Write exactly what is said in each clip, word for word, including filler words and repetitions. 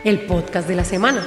el podcast de la semana.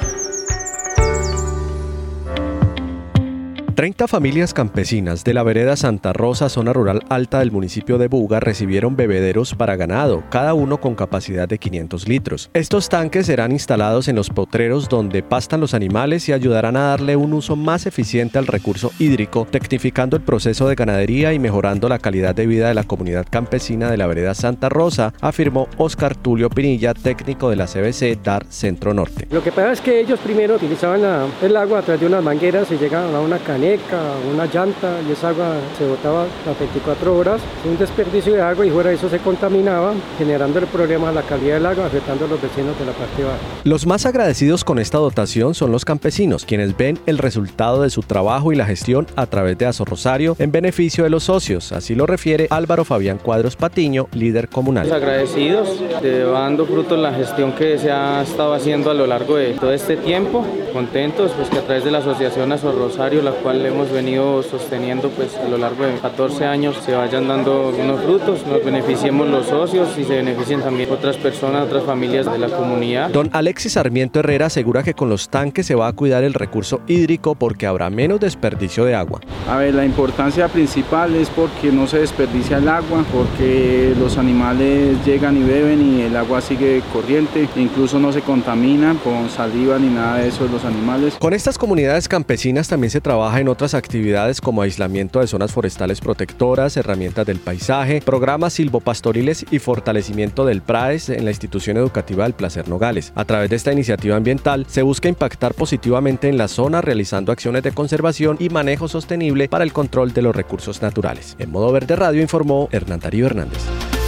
treinta familias campesinas de la vereda Santa Rosa, zona rural alta del municipio de Buga, recibieron bebederos para ganado, cada uno con capacidad de quinientos litros. Estos tanques serán instalados en los potreros donde pastan los animales y ayudarán a darle un uso más eficiente al recurso hídrico, tecnificando el proceso de ganadería y mejorando la calidad de vida de la comunidad campesina de la vereda Santa Rosa, afirmó Oscar Tulio Pinilla, técnico de la C B C D A R Centro Norte. Lo que pasa es que ellos primero utilizaban la, el agua a través de unas mangueras y llegaban a una caneca, una llanta, y esa agua se botaba las veinticuatro horas, un desperdicio de agua, y fuera de eso se contaminaba, generando el problema a la calidad del agua, afectando a los vecinos de la parte baja. Los más agradecidos con esta dotación son los campesinos, quienes ven el resultado de su trabajo y la gestión a través de Aso Rosario en beneficio de los socios, así lo refiere Álvaro Fabián Cuadros Patiño, líder comunal. Los agradecidos, de dando fruto en la gestión que se ha estado haciendo a lo largo de todo este tiempo, contentos pues que a través de la asociación Aso Rosario, la cual hemos venido sosteniendo pues a lo largo de catorce años, se vayan dando unos frutos, nos beneficiemos los socios y se beneficien también otras personas, otras familias de la comunidad. Don Alexis Sarmiento Herrera asegura que con los tanques se va a cuidar el recurso hídrico porque habrá menos desperdicio de agua. A ver, la importancia principal es porque no se desperdicia el agua, porque los animales llegan y beben y el agua sigue corriente, incluso no se contamina con saliva ni nada de eso de los animales. Con estas comunidades campesinas también se trabaja en otras actividades como aislamiento de zonas forestales protectoras, herramientas del paisaje, programas silvopastoriles y fortalecimiento del PRAES en la institución educativa del Placer Nogales. A través de esta iniciativa ambiental se busca impactar positivamente en la zona realizando acciones de conservación y manejo sostenible para el control de los recursos naturales. En Modo Verde Radio informó Hernán Darío Hernández.